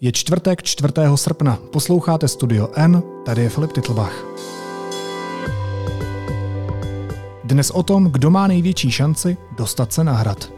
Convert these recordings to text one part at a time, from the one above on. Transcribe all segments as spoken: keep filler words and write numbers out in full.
Je čtvrtek čtvrtého srpna. Posloucháte Studio N, tady je Filip Titlbach. Dnes o tom, kdo má největší šanci dostat se na Hrad.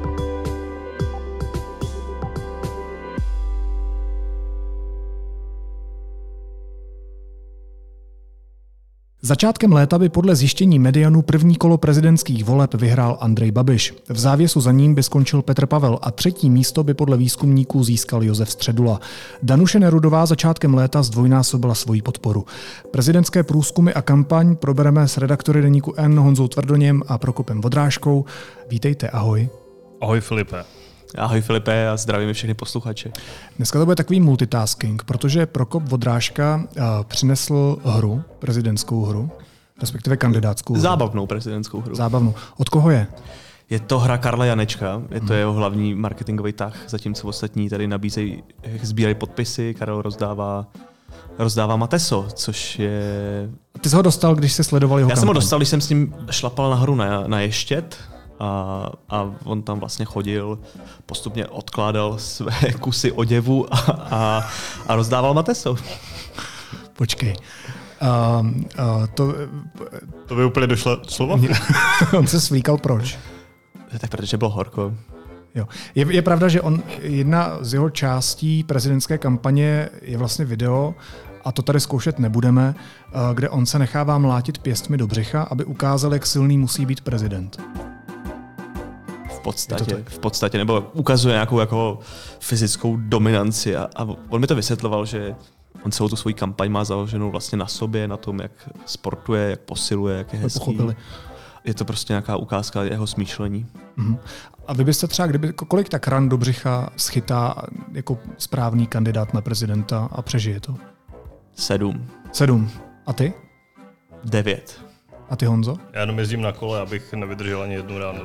Začátkem léta by podle zjištění Medianu první kolo prezidentských voleb vyhrál Andrej Babiš. V závěsu za ním by skončil Petr Pavel a třetí místo by podle výzkumníků získal Josef Středula. Danuše Nerudová začátkem léta zdvojnásobila svoji podporu. Prezidentské průzkumy a kampaň probereme s redaktory deníku N Honzou Tvrdoněm a Prokopem Vodrážkou. Vítejte, ahoj. Ahoj Filipe. Ahoj Filipe a zdravíme všechny posluchače. Dneska to bude takový multitasking, protože Prokop Vodrážka uh, přinesl hru, prezidentskou hru, respektive kandidátskou hru. Zábavnou prezidentskou hru. Zábavnou. Od koho je? Je to hra Karla Janečka, je to hmm. jeho hlavní marketingový tah, zatímco ostatní tady nabízejí, sbírají podpisy, Karel rozdává rozdává Mateso, což je... Ty jsi ho dostal, když jsi sledoval jeho Já kampaň. jsem ho dostal, když jsem s ním šlapal nahoru na, na Ještěd. A, a on tam vlastně chodil, postupně odkládal své kusy oděvu a, a, a rozdával Mateso. Počkej. Uh, uh, to, to by úplně došlo slovo? On se svlíkal proč? Tak protože bylo horko. Jo. Je, je pravda, že on, jedna z jeho částí prezidentské kampaně je vlastně video, a to tady zkoušet nebudeme, uh, kde on se nechává mlátit pěstmi do břicha, aby ukázal, jak silný musí být prezident. V podstatě, v podstatě, nebo ukazuje nějakou jako fyzickou dominanci a, a on mi to vysvětloval, že on celou tu svoji kampaň má založenou vlastně na sobě, na tom, jak sportuje, jak posiluje, jak je hezký. Pochopili. Je to prostě nějaká ukázka jeho smýšlení. Uh-huh. A vy byste třeba, kdyby, kolik tak ran do břicha schytá jako správný kandidát na prezidenta a přežije to? Sedm. Sedm. A ty? Devět. A ty, Honzo? Já jenom jezdím na kole, abych nevydržel ani jednu ránu.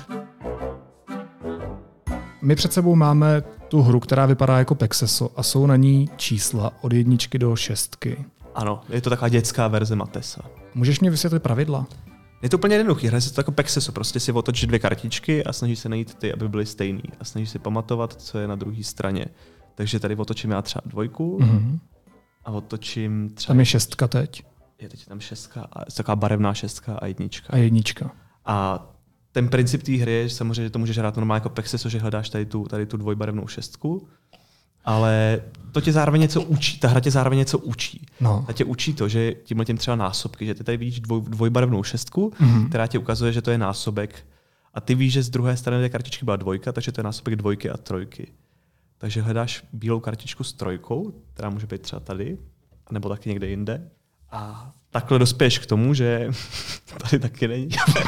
My před sebou máme tu hru, která vypadá jako Pexeso a jsou na ní čísla od jedničky do šestky. Ano, je to taková dětská verze Matesa. Můžeš mě vysvětlit pravidla? Je to úplně jednoduchý, hraje se to jako Pexeso, prostě si otočíš dvě kartičky a snažíš se najít ty, aby byly stejný a snažíš si pamatovat, co je na druhé straně. Takže tady otočím já třeba dvojku mm-hmm. a otočím třeba... Tam je šestka teď. Je teď tam šestka, a taková barevná šestka a jednička. A jednička. A ten princip té hry je, že samozřejmě že to můžeš hrát normálně jako Pexeso, že hledáš tady tu, tady tu dvojbarevnou šestku, ale to tě zároveň něco učí, ta hra tě zároveň něco učí. No. Ta tě učí to, že tímhle tím třeba násobky, že ty tady vidíš dvoj, dvojbarevnou šestku, mm-hmm. která ti ukazuje, že to je násobek a ty víš, že z druhé strany té kartičky byla dvojka, takže to je násobek dvojky a trojky. Takže hledáš bílou kartičku s trojkou, která může být třeba tady, nebo taky někde jinde. A takhle dospěješ k tomu, že tady taky není.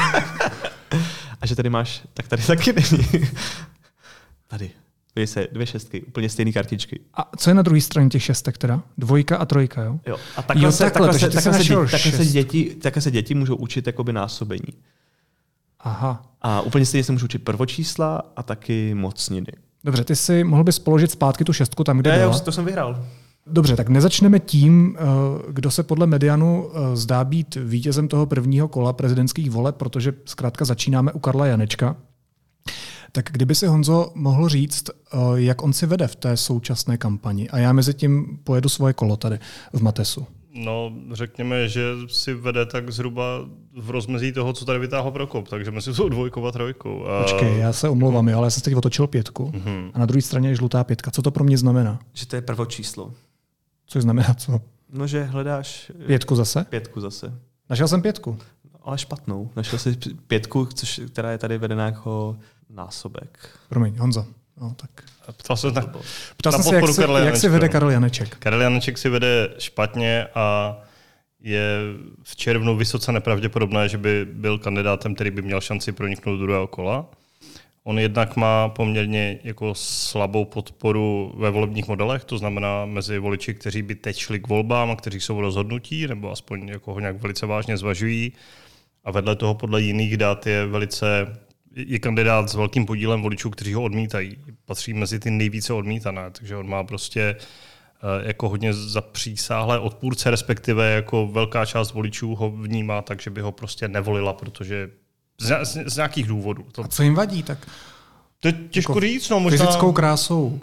A že tady máš, tak tady taky není. Tady. Dvě, se, dvě šestky, úplně stejné kartičky. A co je na druhé straně těch šestek teda? Dvojka a trojka, jo? Jo. A takhle, jo, se, takhle, takhle, se, takhle, se, takhle, takhle, se děti, takhle se děti můžou učit jakoby násobení. Aha. A úplně stejně se můžou učit prvočísla a taky mocniny. Dobře, ty si mohl bys položit zpátky tu šestku tam, kde ne, byla? Jo, to jsem vyhrál. Dobře, tak nezačneme tím, kdo se podle Medianu zdá být vítězem toho prvního kola prezidentských voleb, protože zkrátka začínáme u Karla Janečka. Tak kdyby si, Honzo, mohl říct, jak on si vede v té současné kampani. A já mezi tím pojedu svoje kolo tady v Matesu. No, řekněme, že si vede tak zhruba v rozmezí toho, co tady vytáhl Prokop, takže mezi tou dvojkou a trojkou. A... Počkej, já se omlouvám, jo, ale já jsem teď otočil pětku mm-hmm. a na druhé straně je žlutá pětka. Co to pro mě znamená? Že to je prvočíslo. Což znamená co? No, že hledáš... Pětku zase? Pětku zase. Našel jsem pětku. Ale špatnou. Našel jsi pětku, což, která je tady vedená jako násobek. Promiň, Honzo. No, tak. Ptal jsem, na, Ptal jsem se, jak, se, jak se vede Karel Janeček. Karel Janeček si vede špatně a je v červnu vysoce nepravděpodobné, že by byl kandidátem, který by měl šanci proniknout do druhého kola. On jednak má poměrně jako slabou podporu ve volebních modelech, to znamená mezi voliči, kteří by teď šli k volbám a kteří jsou rozhodnutí, nebo aspoň jako ho nějak velice vážně zvažují. A vedle toho podle jiných dat je velice je kandidát s velkým podílem voličů, kteří ho odmítají. Patří mezi ty nejvíce odmítané, takže on má prostě jako hodně zapřísáhlé odpůrce, respektive jako velká část voličů ho vnímá tak, že by ho prostě nevolila, protože z, z, z nějakých důvodů. To... A co jim vadí? Tak to je těžko jako říct. No, možná... Fyzickou krásou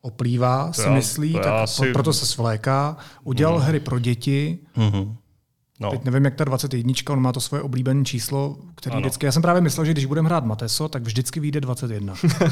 oplývá, si já, myslí, tak asi... proto se svléká. Udělal hmm. hry pro děti. Hmm. No. Teď nevím, jak ta dvacet jedna, on má to svoje oblíbené číslo, který ano. vždycky... Já jsem právě myslel, že když budeme hrát Mateso, tak vždycky vyjde dvacet jedna.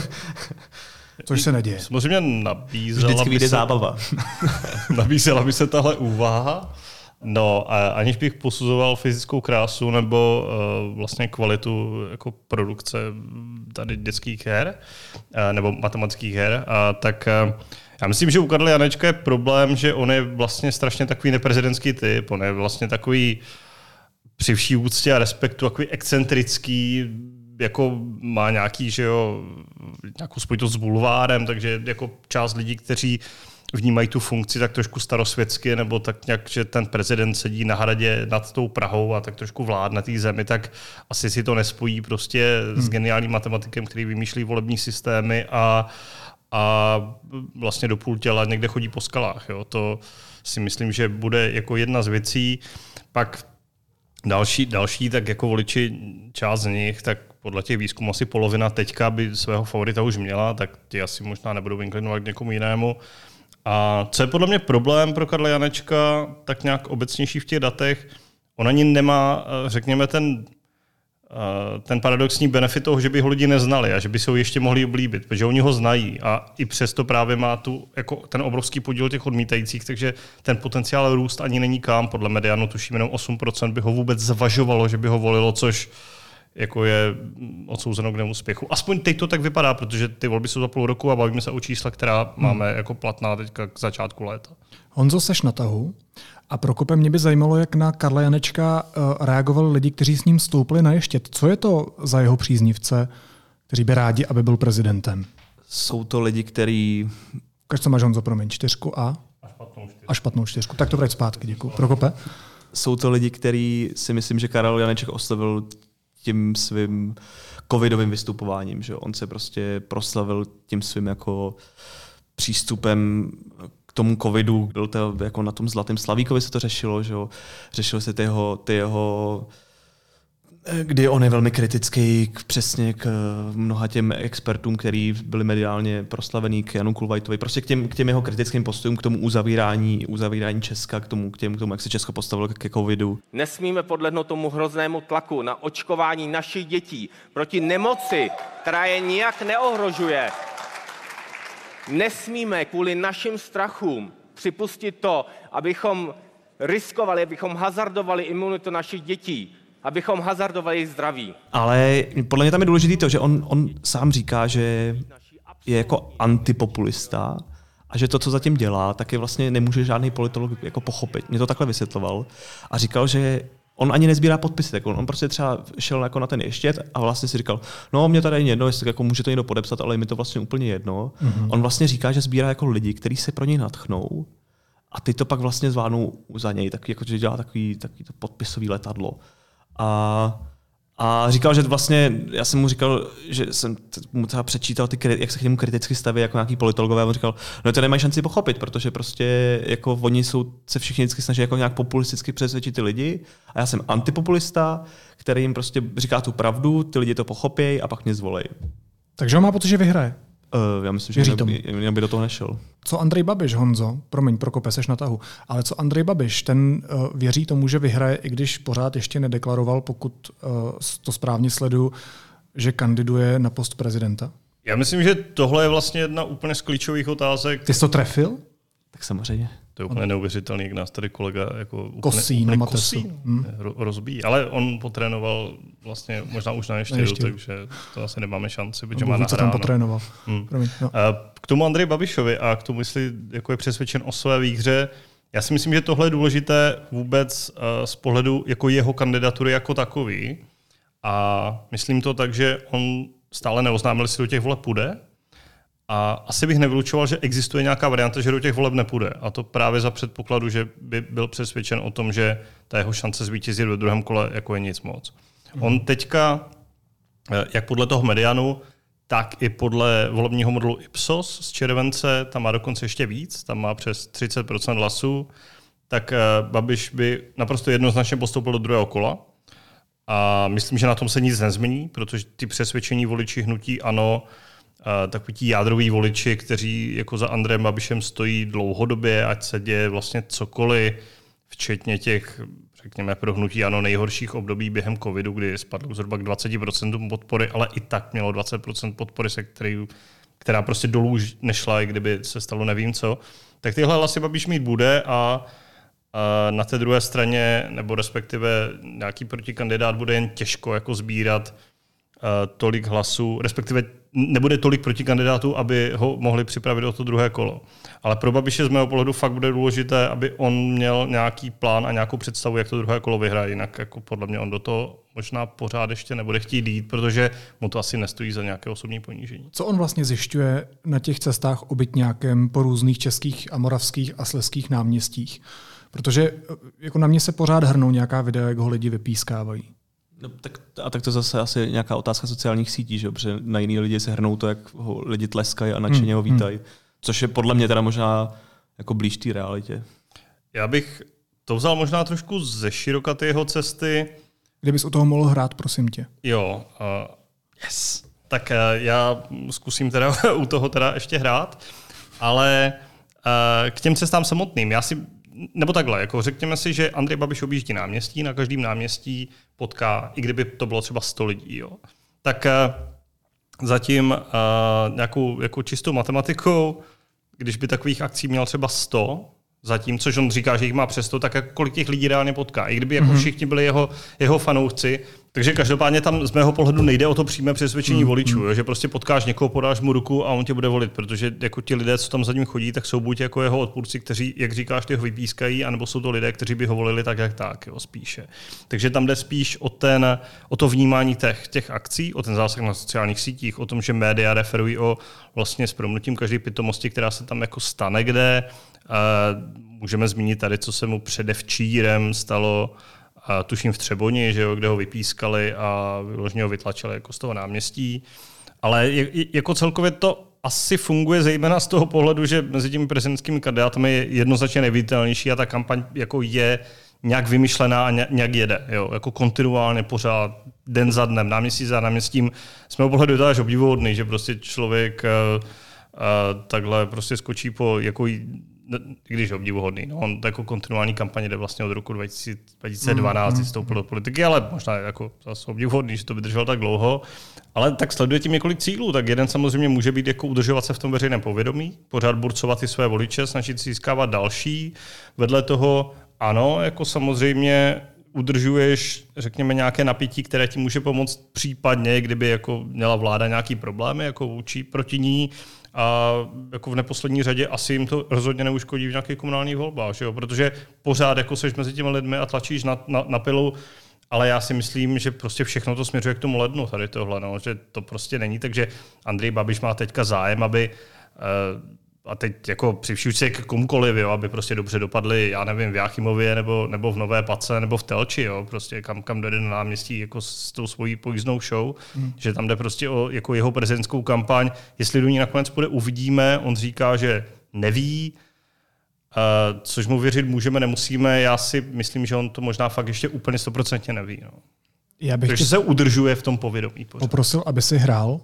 Což se neděje. Samozřejmě nabízela vždycky vyjde se... zábava. nabízela by se tahle úvaha. No, a aniž bych posuzoval fyzickou krásu nebo uh, vlastně kvalitu jako produkce tady dětských her uh, nebo matematických her, uh, tak uh, já myslím, že u Karla Janečka je problém, že on je vlastně strašně takový neprezidentský typ, on je vlastně takový při vší úctě a respektu takový excentrický, jako má nějaký, že jo, nějakou spojitost s bulvárem, takže jako část lidí, kteří vnímají tu funkci tak trošku starosvětsky, nebo tak nějak, že ten prezident sedí na hradě nad tou Prahou a tak trošku vládne té zemi, tak asi si to nespojí prostě hmm. s geniálním matematikem, který vymýšlí volební systémy a, a vlastně do půl těla někde chodí po skalách. Jo. To si myslím, že bude jako jedna z věcí. Pak další, další tak jako voliči, část z nich, tak podle těch výzkumů asi polovina teďka by svého favorita už měla, tak ti asi možná nebudou inklinovat k někomu jinému. A co je podle mě problém pro Karla Janečka, tak nějak obecnější v těch datech, on ani nemá, řekněme, ten, ten paradoxní benefit toho, že by ho lidi neznali a že by se ho ještě mohli oblíbit, protože oni ho znají a i přesto právě má tu, jako ten obrovský podíl těch odmítajících, takže ten potenciál růst ani není kam. Podle Medianu tuším jenom osm procent by ho vůbec zvažovalo, že by ho volilo, což jako je odsouzeno k neúspěchu. Aspoň teď to tak vypadá, protože ty volby jsou za půl roku a bavíme se o čísle, která hmm. máme jako platná teďka k začátku léta. Honzo, seš na tahu a Prokope, mě by zajímalo, jak na Karla Janečka reagovali lidi, kteří s ním stoupili na ještět. Co je to za jeho příznivce, kteří by rádi, aby byl prezidentem? Jsou to lidi, kteří... Ukaž, co máš, Honzo, promiň, čtyřku a? A špatnou čtyřku. A špatnou čtyřku. Tak to vrať zpátky, děkuji. Prokope? Jsou to lidi, kteří si myslím, že Karel Janeček oslovil tím svým covidovým vystupováním, že on se prostě proslavil tím svým jako přístupem k tomu covidu. Byl to jako na tom Zlatém Slavíkovi se to řešilo, že řešilo se ty jeho, ty jeho kdy on je velmi kritický k, přesně k mnoha těm expertům, kteří byli mediálně proslavený, k Janu Kulvajtovi, prostě k těm, k těm jeho kritickým postojům, k tomu uzavírání, uzavírání Česka, k tomu, k, těm, k tomu, jak se Česko postavilo ke covidu. Nesmíme podlehnout tomu hroznému tlaku na očkování našich dětí proti nemoci, která je nijak neohrožuje. Nesmíme kvůli našim strachům připustit to, abychom riskovali, abychom hazardovali imunitu našich dětí, abychom hazardovali jejich zdraví. Ale podle mě tam je důležité to, že on, on sám říká, že je jako antipopulista a že to, co zatím dělá, tak je vlastně nemůže žádný politolog jako pochopit. Mě to takhle vysvětloval a říkal, že on ani nezbírá podpisy, tak on, on prostě třeba šel jako na ten ještět a vlastně si říkal, no mě tady jedno, jestli jako může to někdo podepsat, ale je mi to vlastně úplně jedno. Mm-hmm. On vlastně říká, že sbírá jako lidi, kteří se pro něj nadchnou a ty to pak vlastně zvládnou za něj, tak jako, že dělá takový, takový to podpisový letadlo. A, a říkal, že vlastně, já jsem mu říkal, že jsem mu třeba přečítal, ty, jak se k němu kriticky staví jako nějaký politologové, a on říkal, no to nemají šanci pochopit, protože prostě jako oni jsou, se všichni vždycky snaží jako nějak populisticky přesvědčit ty lidi a já jsem antipopulista, který jim prostě říká tu pravdu, ty lidi to pochopějí a pak mě zvolej. Takže on má pocit, že vyhraje. Uh, já myslím, že jinak by do toho nešel. Co Andrej Babiš, Honzo, promiň, Prokope, seš na tahu, ale co Andrej Babiš, ten uh, věří tomu, že vyhraje, i když pořád ještě nedeklaroval, pokud uh, to správně sleduju, že kandiduje na post prezidenta? Já myslím, že tohle je vlastně jedna úplně z klíčových otázek. Ty jsi to trefil? Tak samozřejmě. To je úplně neuvěřitelný, jak nás tady kolega jako úplně, kosí úplně na Matesu. Hmm. rozbíjí. Ale on potrénoval vlastně možná už na ještědu, takže to asi nemáme šanci, protože má nahráno. Co tam potrénoval. Hmm. Promiň, no. K tomu Andreji Babišovi a k tomu, jestli jako je přesvědčen o své výhře, já si myslím, že tohle je důležité vůbec z pohledu jako jeho kandidatury jako takový. A myslím to tak, že on stále neoznámil, jestli do těch voleb půjde. A asi bych nevylučoval, že existuje nějaká varianta, že do těch voleb nepůjde. A to právě za předpokladu, že by byl přesvědčen o tom, že ta jeho šance zvítězit ve druhém kole jako je nic moc. Mm. On teďka, jak podle toho Medianu, tak i podle volebního modelu Ipsos z července, tam má dokonce ještě víc, tam má přes třicet procent hlasů, tak Babiš by naprosto jednoznačně postoupil do druhého kola. A myslím, že na tom se nic nezmění, protože ty přesvědčení voliči hnutí ANO takový ti jádroví voliči, kteří jako za Andrejem Babišem stojí dlouhodobě, ať se děje vlastně cokoliv, včetně těch, řekněme, pro hnutí ANO nejhorších období během covidu, kdy spadlo zhruba k dvacet procent podpory, ale i tak mělo dvacet procent podpory, se který, která prostě dolů už nešla, i kdyby se stalo nevím co. Tak tyhle hlasy Babiš mít bude a, a na té druhé straně, nebo respektive nějaký protikandidát bude jen těžko jako sbírat uh, tolik hlasů, respektive nebude tolik protikandidátů, aby ho mohli připravit o to druhé kolo. Ale pro Babiše z mého pohledu fakt bude důležité, aby on měl nějaký plán a nějakou představu, jak to druhé kolo vyhraje. Jinak jako podle mě on do toho možná pořád ještě nebude chtít jít, protože mu to asi nestojí za nějaké osobní ponížení. Co on vlastně zjišťuje na těch cestách obytňákem po různých českých a moravských a slezských náměstích? Protože jako na mě se pořád hrnou nějaká videa, jak ho lidi vypískávají. No, tak, a tak to zase asi nějaká otázka sociálních sítí, že? Protože na jiný lidi se hrnou to, jak ho lidi tleskají a nadšeně hmm. ho vítají. Což je podle mě teda možná jako blíž té realitě. Já bych to vzal možná trošku ze široka ty jeho cesty. Kdybys u toho mohl hrát, prosím tě. Jo. Uh, yes. Tak uh, já zkusím teda u toho teda ještě hrát, ale uh, k těm cestám samotným. Já si Nebo takhle, jako řekněme si, že Andrej Babiš objíždí náměstí, na každém náměstí potká, i kdyby to bylo třeba sto lidí. Jo. Tak uh, zatím uh, nějakou jako čistou matematikou, když by takových akcí měl třeba sto, zatím, což on říká, že jich má přes sto, tak jako kolik těch lidí reálně potká. I kdyby jako mm-hmm. všichni byli jeho, jeho fanoušci. Takže každopádně tam z mého pohledu nejde o to přímé přesvědčení mm-hmm. voličů, jo, že prostě potkáš někoho, podáš mu ruku a on tě bude volit, protože jako ti lidé, co tam za ním chodí, tak jsou buď jako jeho odpůrci, kteří, jak říkáš, ty ho vypískají, anebo jsou to lidé, kteří by ho volili tak, jak tak, jo, spíše. Takže tam jde spíš o, ten, o to vnímání těch, těch akcí, o ten zásah na sociálních sítích, o tom, že média referují o vlastně s promnutím každé pitomosti, která se tam jako stane, kde uh, můžeme zmínit tady, co se mu předevčírem stalo, a tuším v Třeboni, že jo, kde ho vypískali a vyloženě ho vytlačili jako z toho náměstí. Ale jako celkově to asi funguje zejména z toho pohledu, že mezi těmi prezidentskými kandidáty je jednoznačně nejviditelnější a ta kampaň jako je nějak vymyšlená a nějak jede. Jo, jako kontinuálně pořád, den za dnem, náměstí za náměstím. Z mého pohledu je to až obdivuhodný, že prostě člověk uh, uh, takhle prostě skočí po jako když je obdivuhodný. No, on jako kontinuální kampaně jde vlastně od roku dva tisíce dvanáct, mm, mm, vstoupil do politiky, ale možná jako zase obdivuhodný, že to vydržel tak dlouho. Ale tak sleduje tím několik cílů. Tak jeden samozřejmě může být jako udržovat se v tom veřejném povědomí, pořád burcovat ty své voliče, snažit si získávat další. Vedle toho ano, jako samozřejmě udržuješ, řekněme, nějaké napětí, které ti může pomoct případně, kdyby jako měla vláda nějaký problémy jako vůči proti ní. A jako v neposlední řadě asi jim to rozhodně neuškodí v nějakých komunálních volbách, jo? Protože pořád jako seš mezi těmi lidmi a tlačíš na, na, na pilu, ale já si myslím, že prostě všechno to směřuje k tomu lednu tady tohle, no? Že to prostě není, takže Andrej Babiš má teďka zájem, aby uh, a teď jako při vší úctě k komukoliv, jo, aby prostě dobře dopadli, já nevím, v Jáchymově nebo, nebo v Nové Pace nebo v Telči, jo, prostě kam, kam dojde na náměstí jako s tou svojí pojízdnou show, hmm. že tam jde prostě o jako jeho prezidentskou kampaň. Jestli do ní nakonec půjde, uvidíme. On říká, že neví, uh, což mu věřit můžeme, nemusíme. Já si myslím, že on to možná fakt ještě úplně stoprocentně neví. No. Já bych Takže se udržuje v tom povědomí. Pořád. Poprosil, aby si hrál.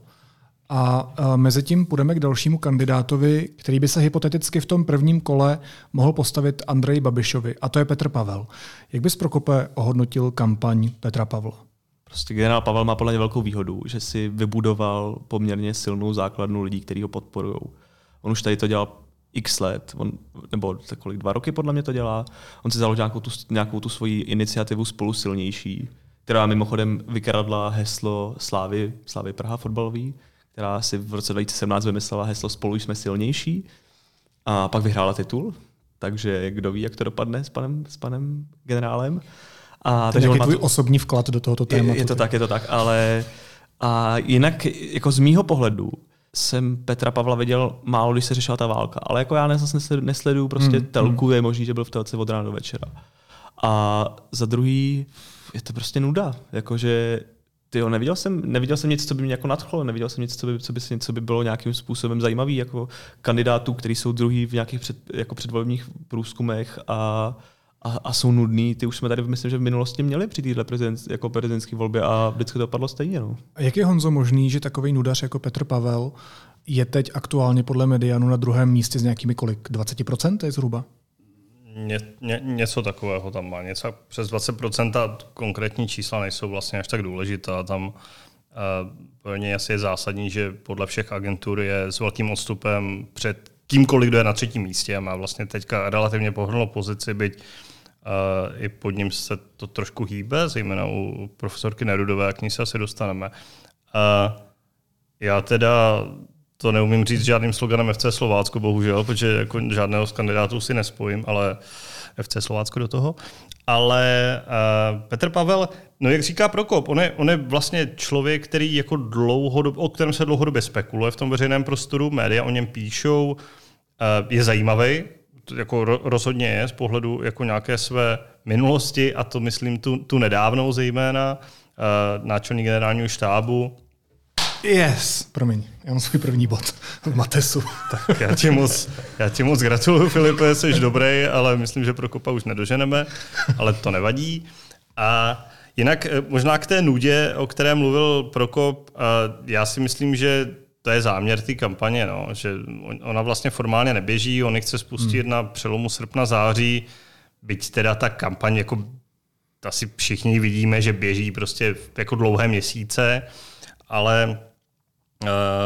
A mezi tím půjdeme k dalšímu kandidátovi, který by se hypoteticky v tom prvním kole mohl postavit Andreji Babišovi, a to je Petr Pavel. Jak bys, Prokope, ohodnotil kampaň Petra Pavla? Prostě generál Pavel má podle mě velkou výhodu, že si vybudoval poměrně silnou základnu lidí, kteří ho podporují. On už tady to dělal x let, on, nebo kolik, dva roky podle mě to dělá. On si založil nějakou tu, nějakou tu svoji iniciativu Spolu silnější, která mimochodem vykradla heslo Slávy, Slávy Praha fotbalový, která si v roce dva tisíce sedmnáct vymyslela heslo Spolu jsme silnější a pak vyhrála titul, takže kdo ví, jak to dopadne s panem, s panem generálem. A takže je tvůj tu... osobní vklad do tohoto tématu. Je, je to tak, je to tak, ale a jinak jako z mýho pohledu jsem Petra Pavla viděl málo, když se řešila ta válka, ale jako já nesleduju, nesleduju prostě hmm, telku, hmm. je možný, že byl v telce od rána do večera. A za druhý je to prostě nuda, jakože Tyjo, neviděl jsem, neviděl jsem nic, co by mě jako nadchlo, neviděl jsem nic, co by, co by, co by bylo nějakým způsobem zajímavý, jako kandidátů, kteří jsou druhý v nějakých před, jako předvolebních průzkumech a, a, a jsou nudný. Ty už jsme tady, myslím, že v minulosti měli při této prezident, jako prezidentské volbě a vždycky to padlo stejně. No. A jak je, Honzo, možný, že takový nudař jako Petr Pavel je teď aktuálně podle Medianu na druhém místě s nějakými kolik? dvacet procent je zhruba? Ně, ně, něco takového tam má. Něco přes dvacet procent a konkrétní čísla nejsou vlastně až tak důležitá. Tam uh, pro ně asi je zásadní, že podle všech agentur je s velkým odstupem před kýmkoliv, kdo je na třetím místě a má vlastně teďka relativně pohodlnou pozici, byť uh, i pod ním se to trošku hýbe, zejména u profesorky Nerudové, k ní se asi dostaneme. Uh, já teda to neumím říct žádným sloganem F C Slovácko, bohužel, protože jako žádného z kandidátů si nespojím, ale F C Slovácko do toho. Ale uh, Petr Pavel, no jak říká Prokop, on je, on je vlastně člověk, který jako dlouhodobě, o kterém se dlouhodobě spekuluje v tom veřejném prostoru, média o něm píšou, uh, je zajímavý, jako ro, rozhodně je z pohledu jako nějaké své minulosti, a to myslím tu, tu nedávnou zejména, uh, náčelník generálního štábu. Yes, promiň, já mám svůj první bod v Matesu. Tak já ti moc, já ti moc gratuluju, Filipe, jsi dobrý, ale myslím, že Prokopa už nedoženeme, ale to nevadí. A jinak možná k té nudě, o které mluvil Prokop, já si myslím, že to je záměr té kampaně, no, že ona vlastně formálně neběží, on ji chce spustit hmm. na přelomu srpna, září, byť teda ta kampaň, jako asi všichni vidíme, že běží prostě jako dlouhé měsíce, ale Uh,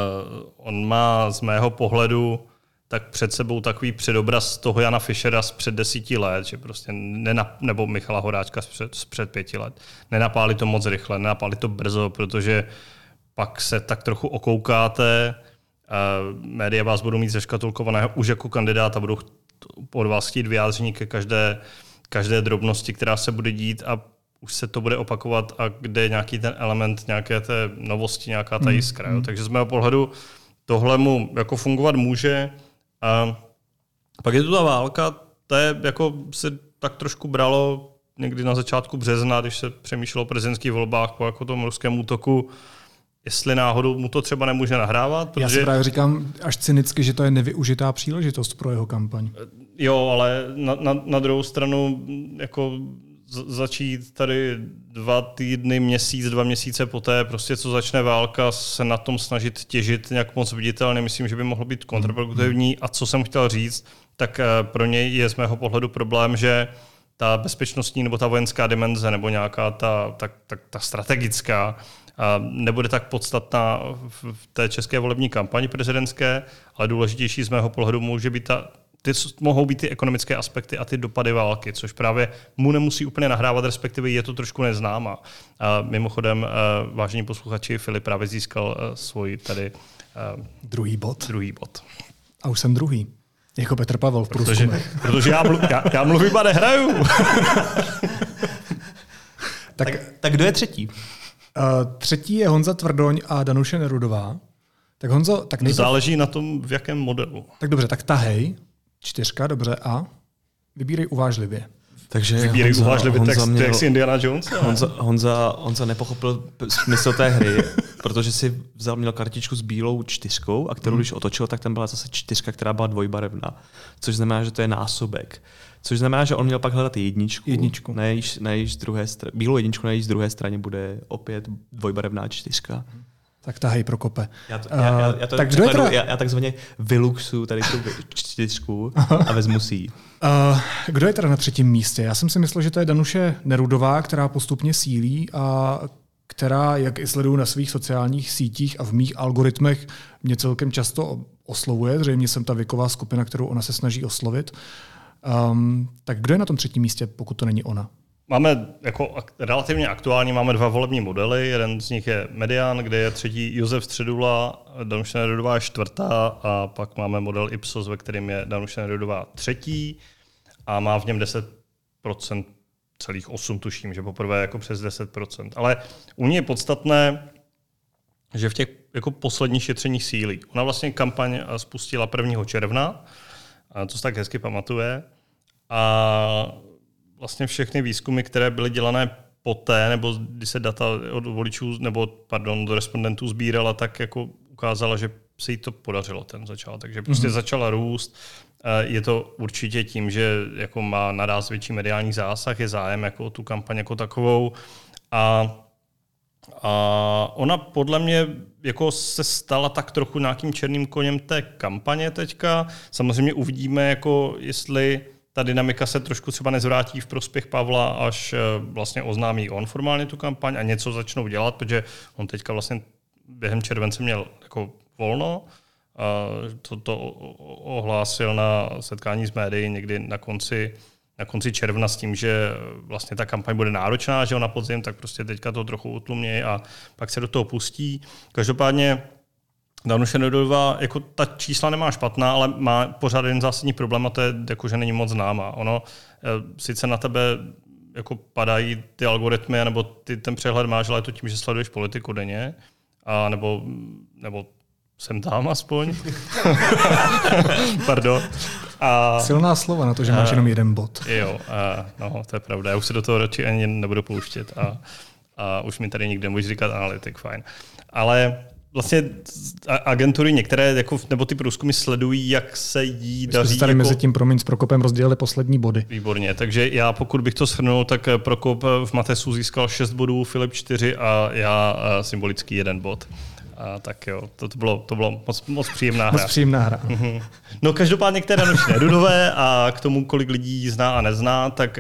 on má z mého pohledu tak před sebou takový předobraz toho Jana Fischera z před desíti let, že prostě nenap, nebo Michala Horáčka z před, z před pěti let. Nenapálí to moc rychle, nenapálí to brzo, protože pak se tak trochu okoukáte, uh, média vás budou mít zeškatulkovaného už jako kandidáta, budou od vás chtít vyjádření ke každé, každé drobnosti, která se bude dít, a už se to bude opakovat, a kde je nějaký ten element nějaké té novosti, nějaká ta jiskra. Mm. Takže z mého pohledu tohle mu jako fungovat může. A pak je tu ta válka, to je jako se tak trošku bralo někdy na začátku března, když se přemýšlelo o prezidentských volbách po jako tom ruském útoku, jestli náhodou mu to třeba nemůže nahrávat. Protože... Já si právě říkám až cynicky, že to je nevyužitá příležitost pro jeho kampaň. Jo, ale na, na, na druhou stranu jako začít tady dva týdny, měsíc, dva měsíce poté, prostě co začne válka, se na tom snažit těžit nějak moc viditelně, myslím, že by mohlo být kontraproduktivní. A co jsem chtěl říct, tak pro něj je z mého pohledu problém, že ta bezpečnostní nebo ta vojenská dimenze nebo nějaká ta, ta, ta, ta strategická nebude tak podstatná v té české volební kampani prezidentské, ale důležitější z mého pohledu může být ta Ty mohou být ty ekonomické aspekty a ty dopady války, což právě mu nemusí úplně nahrávat, respektive je to trošku neznámá. A mimochodem, vážení posluchači, Filip právě získal svůj tady druhý bod. Druhý bod. A už jsem druhý. Jako Petr Pavel v průzkumech. Protože, protože já, mluv, já, já mluvím a nehraju. tak, tak, tak kdo je třetí? Uh, třetí je Honza Tvrdoň a Danuše Nerudová. Tak Honzo, tak nejprv... Záleží na tom, v jakém modelu. Tak dobře, tak tahej. Čtyřka, dobře, a vybírej uvážlivě. Takže vybírej Honza, uvážlivě Honza text, měl, jak si Indiana Jones? Honza, Honza, Honza nepochopil smysl té hry, protože si vzal, měl kartičku s bílou čtyřkou, a kterou když otočil, tak tam byla zase čtyřka, která byla dvojbarevná. Což znamená, že to je násobek. Což znamená, že on měl pak hledat jedničku. Jedničku. Na jejíž, na jejíž druhé straně, bílou jedničku, na jejíž druhé straně bude opět dvojbarevná čtyřka. Tak tahej, Prokope. Já, to, já, já, já, to, tak já, to, teda... já, já takzvaně vyluxu tady tu čtyřku a vezmu si ji. Uh, kdo je teda na třetím místě? Já jsem si myslel, že to je Danuše Nerudová, která postupně sílí a která, jak i sleduju na svých sociálních sítích a v mých algoritmech, mě celkem často oslovuje. Zřejmě jsem ta věková skupina, kterou ona se snaží oslovit. Um, tak kdo je na tom třetím místě, pokud to není ona? Máme jako relativně aktuální, máme dva volební modely. Jeden z nich je Median, kde je třetí Josef Středula, Danuše Nerudová je čtvrtá, a pak máme model Ipsos, ve kterém je Danuše Nerudová třetí a má v něm deset procent, celých osm tuším, že poprvé jako přes deset procent. Ale u ní je podstatné, že v těch jako posledních šetřeních sílí. Ona vlastně kampaň spustila prvního června, to se tak hezky pamatuje, a vlastně všechny výzkumy, které byly dělané poté, nebo když se data od voličů, nebo pardon, od respondentů sbírala, tak jako ukázala, že se jí to podařilo ten začátek. Takže prostě mm-hmm. začala růst. Je to určitě tím, že jako má naráz větší mediální zásah, je zájem jako o tu kampaň jako takovou. A, a ona podle mě jako se stala tak trochu nějakým černým koněm té kampaně teďka. Samozřejmě uvidíme, jako jestli ta dynamika se trošku třeba nezvrátí v prospěch Pavla, až vlastně oznámí on formálně tu kampaň a něco začnou dělat, protože on teďka vlastně během července měl jako volno. To, to ohlásil na setkání s médií někdy na konci, na konci června s tím, že vlastně ta kampaň bude náročná, že ona podzim, tak prostě teďka to trochu utlumí a pak se do toho pustí. Každopádně Danuše Nerudová, jako ta čísla nemá špatná, ale má pořád jen zásadní problém a to je, jako, že není moc známá. Ono sice na tebe jako padají ty algoritmy, nebo ty ten přehled máš, ale je to tím, že sleduješ politiku denně, a nebo, nebo jsem tam aspoň. Pardon. A, Silná slova na to, že máš a, jenom jeden bod. Jo, a, no, to je pravda. Já už se do toho radši ani nebudu pouštět a, a už mi tady nikde můžeš říkat analytik, fajn. Ale vlastně agentury některé, jako, nebo ty průzkumy sledují, jak se jí daří. Jsme tady jako... mezi tím, promiň, s Prokopem rozdělili poslední body. Výborně, takže já pokud bych to shrnul, tak Prokop v Matesu získal šest bodů, Filip čtyři a já symbolický jeden bod. A tak jo, to, to bylo, to bylo moc, moc příjemná hra. Moc příjemná hra. Mm-hmm. No každopádně k té Danuši Nerudové a k tomu, kolik lidí zná a nezná, tak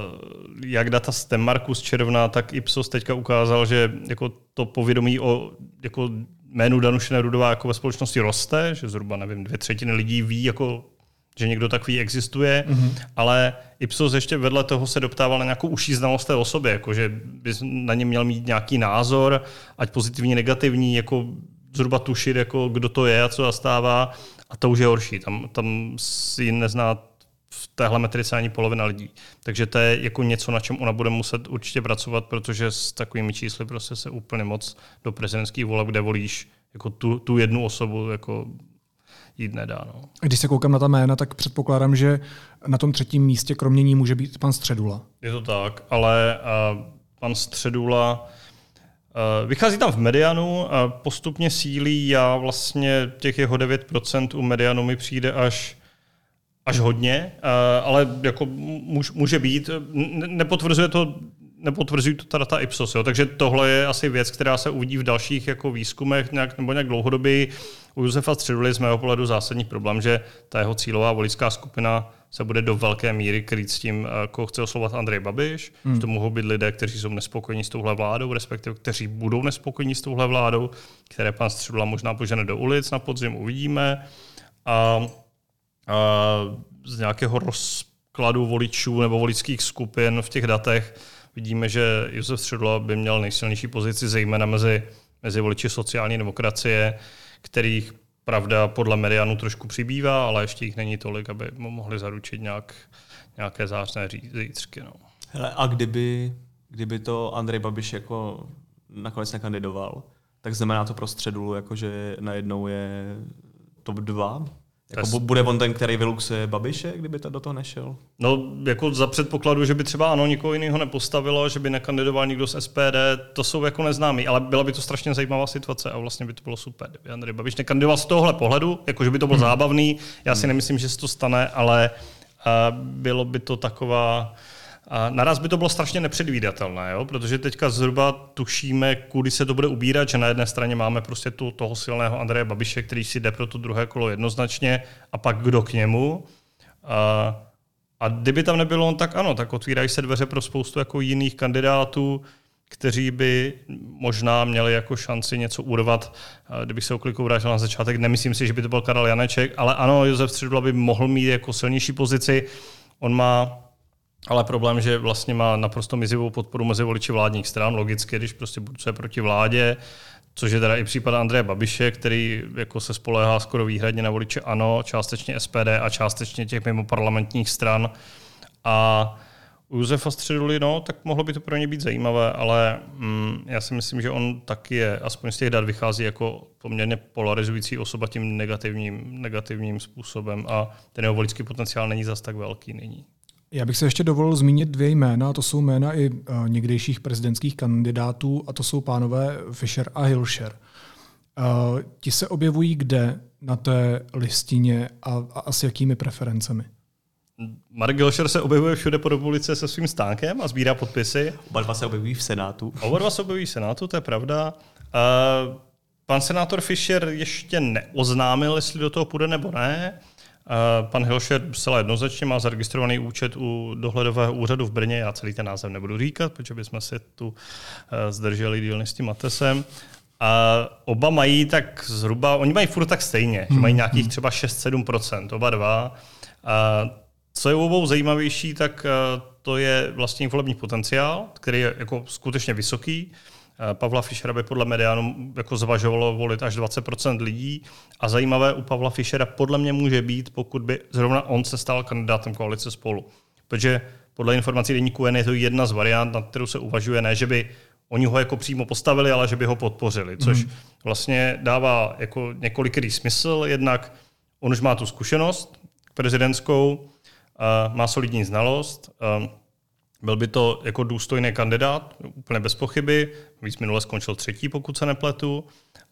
jak data z Temmarku z června, tak Ipsos teďka ukázal, že jako to povědomí o jako jménu Danuše Nerudová jako ve společnosti roste, že zhruba nevím, dvě třetiny lidí ví, jako, že někdo takový existuje, mm-hmm. ale Ipsos ještě vedle toho se doptával na nějakou užší znalost té osoby, jako, že bys na ně měl mít nějaký názor, ať pozitivní, negativní, jako zhruba tušit, jako, kdo to je a co zastává, a to už je horší. Tam, tam si nezná v téhle metrice ani polovina lidí. Takže to je jako něco, na čem ona bude muset určitě pracovat, protože s takovými čísly prostě se úplně moc do prezidentských voleb, kde volíš jako tu, tu jednu osobu, jako jít nedá. No. Když se koukám na ta jména, tak předpokládám, že na tom třetím místě kromě ní může být pan Středula. Je to tak, ale uh, pan Středula uh, vychází tam v Medianu, uh, postupně sílí, já vlastně těch jeho devět procent u Medianu mi přijde až až hodně, uh, ale jako můž, může být. Nepotvrzuje to nepotvrzují to ta data Ipsos. Jo? Takže tohle je asi věc, která se uvidí v dalších jako výzkumech nějak, nebo nějak dlouhodobě. U Josefa Středuly z mého pohledu zásadní problém, že ta jeho cílová voličská skupina se bude do velké míry krýt s tím, koho chce oslovovat Andrej Babiš. Hmm. Že to mohou být lidé, kteří jsou nespokojení s touhle vládou, respektive kteří budou nespokojení s touhle vládou, které pan Středula možná požene do ulic na podzim, uvidíme. A, a z nějakého rozkladu voličů nebo voličských skupin v těch datech vidíme, že Josef Středula by měl nejsilnější pozici, zejména mezi, mezi voliči sociální demokracie, kterých pravda podle Medianu trošku přibývá, ale ještě jich není tolik, aby mohli zaručit nějak, nějaké zářné zítřky. No. Hele, a kdyby, kdyby to Andrej Babiš jako nakonec nekandidoval, tak znamená to pro Středulu, jako že najednou je top dva? Jako bude on ten, který vyluxuje Babiše, kdyby to do toho nešel? No, jako za předpokladu, že by třeba ano, nikoho jiného nepostavilo, že by nekandidoval nikdo z S P D, to jsou jako neznámí, ale byla by to strašně zajímavá situace a vlastně by to bylo super. Kdyby Andrej Babiš nekandidoval z tohohle pohledu, jako že by to bylo hmm. zábavný, já si nemyslím, že se to stane, ale uh, bylo by to taková... A naraz by to bylo strašně nepředvídatelné, jo? Protože teďka zhruba tušíme, kudy se to bude ubírat, že na jedné straně máme prostě tu, toho silného Andreje Babiše, který si jde pro to druhé kolo jednoznačně, a pak kdo k němu. A, a kdyby tam nebylo on, tak ano, tak otvírají se dveře pro spoustu jako jiných kandidátů, kteří by možná měli jako šanci něco urvat. Kdybych se oklikou vrátil na začátek, nemyslím si, že by to byl Karel Janeček, ale ano, Josef Středula by mohl mít jako silnější pozici. On má ale problém, že vlastně má naprosto mizivou podporu mezi voliči vládních stran, logicky, když prostě burcuje proti vládě, což je teda i případ Andreje Babiše, který jako se spoléhá skoro výhradně na voliče ANO, částečně S P D a částečně těch mimo parlamentních stran. A u Josefa Středuly, no, tak mohlo by to pro ně být zajímavé, ale mm, já si myslím, že on taky je, aspoň z těch dat vychází jako poměrně polarizující osoba tím negativním, negativním způsobem a ten jeho voličský potenciál není zas tak velký nyní. Já bych se ještě dovolil zmínit dvě jména, to jsou jména i uh, někdejších prezidentských kandidátů, a to jsou pánové Fischer a Hilšer. Uh, ti se objevují kde? na té listině a, a, a s jakými preferencemi? Marek Hilšer se objevuje všude po republice se svým stánkem a sbírá podpisy. Oba dva se objevují v Senátu. Oba dva se objevují v Senátu, to je pravda. Uh, pan senátor Fischer ještě neoznámil, jestli do toho půjde nebo ne. Uh, pan Hilšer zcela jednoznačně má zaregistrovaný účet u dohledového úřadu v Brně. Já celý ten název nebudu říkat, protože bychom si tu uh, zdrželi dílny s tím Matesem. A oba mají tak zhruba, oni mají furt tak stejně, hmm. že mají nějakých třeba šest sedm procent, oba dva. A co je obou zajímavější, tak to je vlastně volební potenciál, který je jako skutečně vysoký. Pavla Fischera by podle Medianu jako zvažovalo volit až dvacet procent lidí. A zajímavé u Pavla Fischera podle mě může být, pokud by zrovna on se stal kandidátem koalice Spolu. Protože podle informací deníku N je to jedna z variant, na kterou se uvažuje, ne, že by oni ho jako přímo postavili, ale že by ho podpořili, což vlastně dává jako několikrý smysl. Jednak on už má tu zkušenost prezidentskou, má solidní znalost, byl by to jako důstojný kandidát, úplně bez pochyby, víc minule skončil třetí, pokud se nepletu,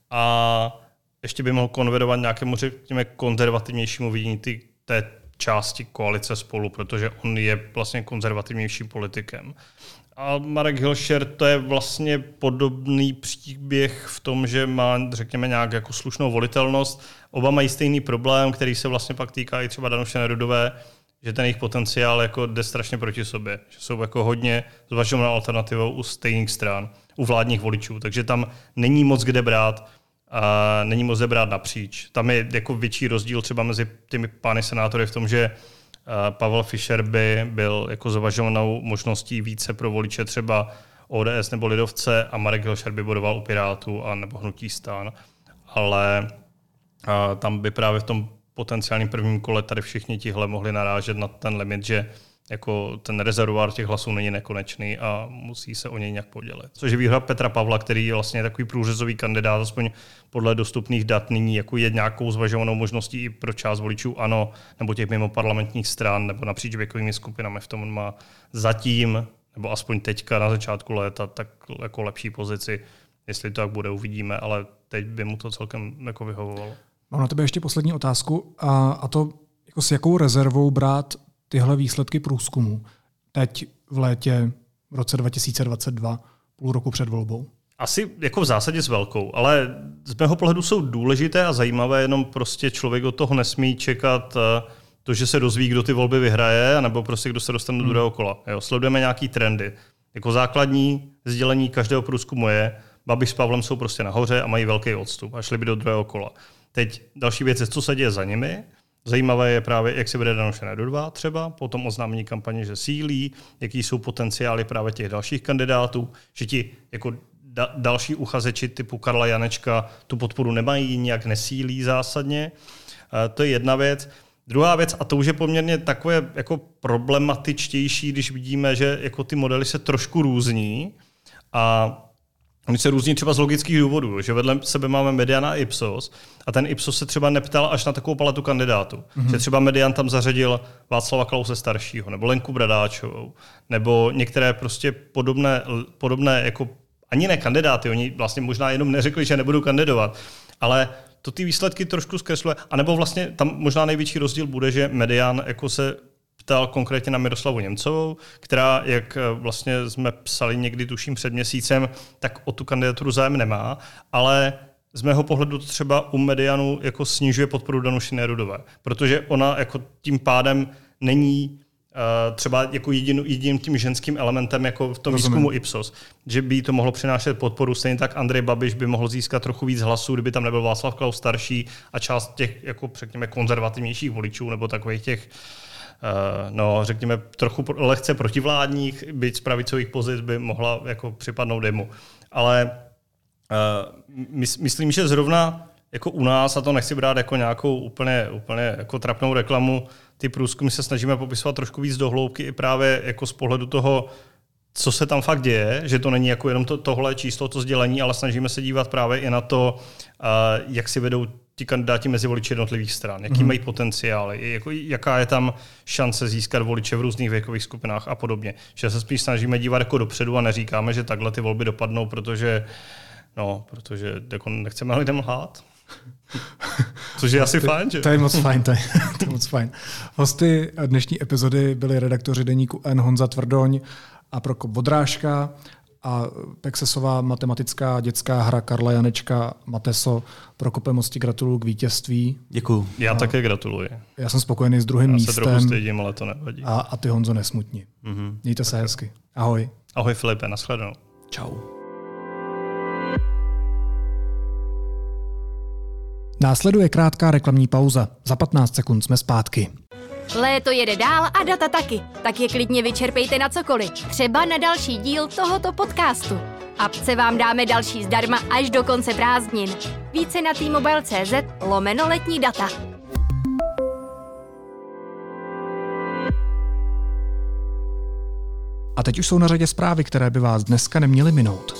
a ještě by mohl konvertovat nějakému, řekněme, konzervativnějšímu vidění ty, té části koalice Spolu, protože on je vlastně konzervativnějším politikem. A Marek Hilšer, to je vlastně podobný příběh v tom, že má, řekněme, nějak jako slušnou volitelnost. Oba mají stejný problém, který se vlastně pak týká i třeba Danuše Nerudové, že ten jejich potenciál jako jde strašně proti sobě. Že jsou jako hodně zvažovanou alternativou u stejných stran, u vládních voličů. Takže tam není moc kde brát a není moc kde brát napříč. Tam je jako větší rozdíl třeba mezi těmi pány senátory v tom, že Pavel Fischer by byl jako zvažovanou možností více pro voliče třeba O D S nebo Lidovce a Marek Hilšer by bodoval u Pirátů a nebo Hnutí STAN. Ale a tam by právě v tom potenciálním prvním kole tady všichni tihle mohli narážet na ten limit, že jako ten rezervoár těch hlasů není nekonečný a musí se o něj nějak podělit. Což je výhra Petra Pavla, který je vlastně takový průřezový kandidát, aspoň podle dostupných dat nyní, jako je nějakou zvažovanou možností i pro část voličů ANO, nebo těch mimo parlamentních stran, nebo napříč věkovými skupinami. V tom on má zatím, nebo aspoň teďka na začátku léta, tak jako lepší pozici. Jestli to tak bude, uvidíme, ale teď by mu to celkem jako vyhovovalo. Mám na tebe ještě poslední otázku, a, a to jako s jakou rezervou brát tyhle výsledky průzkumu teď v létě v roce dva tisíce dvacet dva, půl roku před volbou? Asi jako v zásadě s velkou, ale z mého pohledu jsou důležité a zajímavé, jenom prostě člověk od toho nesmí čekat to, že se dozví, kdo ty volby vyhraje, nebo prostě kdo se dostane do druhého kola. Jo, sledujeme nějaký trendy. Jako základní sdělení každého průzkumu je, Babiš s Pavlem jsou prostě nahoře a mají velký odstup a šli by do druhého kola. Teď další věc je, co se děje za nimi. Zajímavé je právě, jak se vede Danuše Nerudová třeba, potom oznámení kampaně, že sílí, jaký jsou potenciály právě těch dalších kandidátů, že ti jako da- další uchazeči typu Karla Janečka tu podporu nemají, nijak nesílí zásadně. E, to je jedna věc. Druhá věc, a to už je poměrně takové jako problematičtější, když vidíme, že jako ty modely se trošku různí a oni se různí třeba z logických důvodů, že vedle sebe máme Mediana a Ipsos a ten Ipsos se třeba neptal až na takovou paletu kandidátů. Mm-hmm. Že třeba Median tam zařadil Václava Klause staršího, nebo Lenku Bradáčovou, nebo některé prostě podobné, podobné jako ani ne kandidáty, oni vlastně možná jenom neřekli, že nebudou kandidovat, ale to ty výsledky trošku zkresluje. A nebo vlastně tam možná největší rozdíl bude, že Median jako se ptal konkrétně na Miroslavu Němcovou, která, jak vlastně jsme psali někdy tuším před měsícem, tak o tu kandidaturu zájem nemá, ale z mého pohledu to třeba u Medianu jako snižuje podporu Danuši Nerudové, protože ona jako tím pádem není uh, třeba jako jedin, jediným tím ženským elementem jako v tom Rozumím. výzkumu Ipsos, že by to mohlo přinášet podporu, stejně tak Andrej Babiš by mohl získat trochu víc hlasů, kdyby tam nebyl Václav Klaus starší a část těch jako řekněme konzervativnějších voličů nebo takových těch Uh, no, řekněme, trochu lehce protivládních, byť z pravicových pozic by mohla jako připadnout jemu. Ale uh, mys, myslím, že zrovna jako u nás, a to nechci brát jako nějakou úplně, úplně jako trapnou reklamu, ty průzkumy se snažíme popisovat trošku víc do hloubky i právě jako z pohledu toho, co se tam fakt děje, že to není jako jenom to, tohle číslo, to sdělení, ale snažíme se dívat právě i na to, uh, jak si vedou ti kandidáti mezi voliči jednotlivých stran, jaký mm. mají potenciály, jako, jaká je tam šance získat voliče v různých věkových skupinách a podobně. Že se spíš snažíme dívat jako dopředu a neříkáme, že takhle ty volby dopadnou, protože, no, protože jako nechceme lidem lhát. Což je asi fajn, že? To je moc fajn, to je, to je moc fajn. Hosty dnešní epizody byli redaktoři deníku N Honza Tvrdoň a Prokop Vodrážka a Pexesová matematická dětská hra Karla Janečka Mateso. Prokope, moc ti gratuluju k vítězství. Děkuju. Já a také gratuluji. Já jsem spokojený s druhým Já místem. Já se trochu stydím, ale to nevadí. A, a ty, Honzo, nesmutni. Mm-hmm. Mějte se hezky. Ahoj. Ahoj Filipe, nashledanou. Čau. Následuje krátká reklamní pauza. Za patnáct sekund jsme zpátky. Léto jede dál a data taky. Tak je klidně vyčerpejte na cokoliv. Třeba na další díl tohoto podcastu. Apce vám dáme další zdarma až do konce prázdnin. Více na t-mobile tečka cz lomeno letní data. A teď už jsou na řadě zprávy, které by vás dneska neměly minout.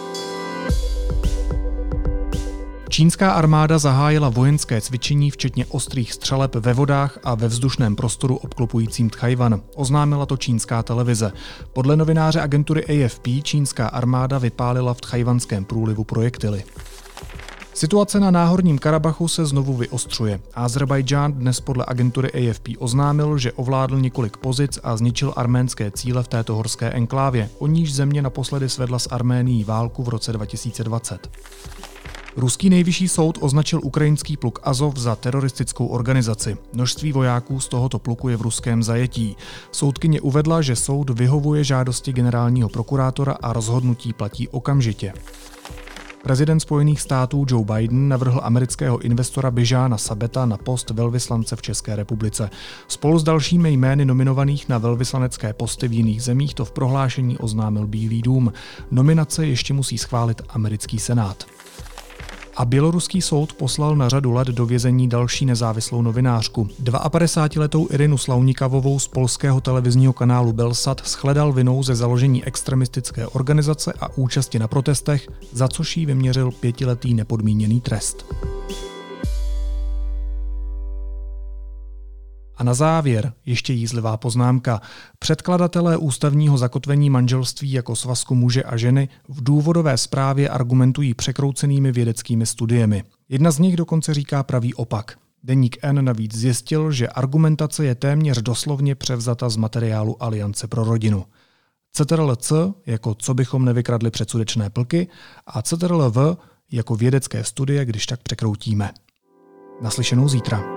Čínská armáda zahájila vojenské cvičení včetně ostrých střeleb ve vodách a ve vzdušném prostoru obklopujícím Tchaj-wan. Oznámila to čínská televize. Podle novináře agentury A F P čínská armáda vypálila v tchajwanském průlivu projektily. Situace na Náhorním Karabachu se znovu vyostřuje. Azerbajdžán dnes podle agentury A F P oznámil, že ovládl několik pozic a zničil arménské cíle v této horské enklávě, o níž země naposledy svedla s Arménií válku v roce dva tisíce dvacet. Ruský nejvyšší soud označil ukrajinský pluk Azov za teroristickou organizaci. Množství vojáků z tohoto pluku je v ruském zajetí. Soudkyně uvedla, že soud vyhovuje žádosti generálního prokurátora a rozhodnutí platí okamžitě. Prezident Spojených států Joe Biden navrhl amerického investora Bižána Sabeta na post velvyslance v České republice. Spolu s dalšími jmény nominovaných na velvyslanecké posty v jiných zemích to v prohlášení oznámil Bílý dům. Nominace ještě musí schválit americký senát. A běloruský soud poslal na řadu let do vězení další nezávislou novinářku. padesátidvouletou Irinu Slaunikavovou z polského televizního kanálu Belsat shledal vinou ze založení extremistické organizace a účasti na protestech, za což jí vyměřil pětiletý nepodmíněný trest. A na závěr ještě jízlivá poznámka. Předkladatelé ústavního zakotvení manželství jako svazku muže a ženy v důvodové zprávě argumentují překroucenými vědeckými studiemi. Jedna z nich dokonce říká pravý opak. Deník N navíc zjistil, že argumentace je téměř doslovně převzata z materiálu Aliance pro rodinu. C T R L C jako co bychom nevykradli předsudečné plky a C T R L V jako vědecké studie, když tak překroutíme. Naslyšenou zítra.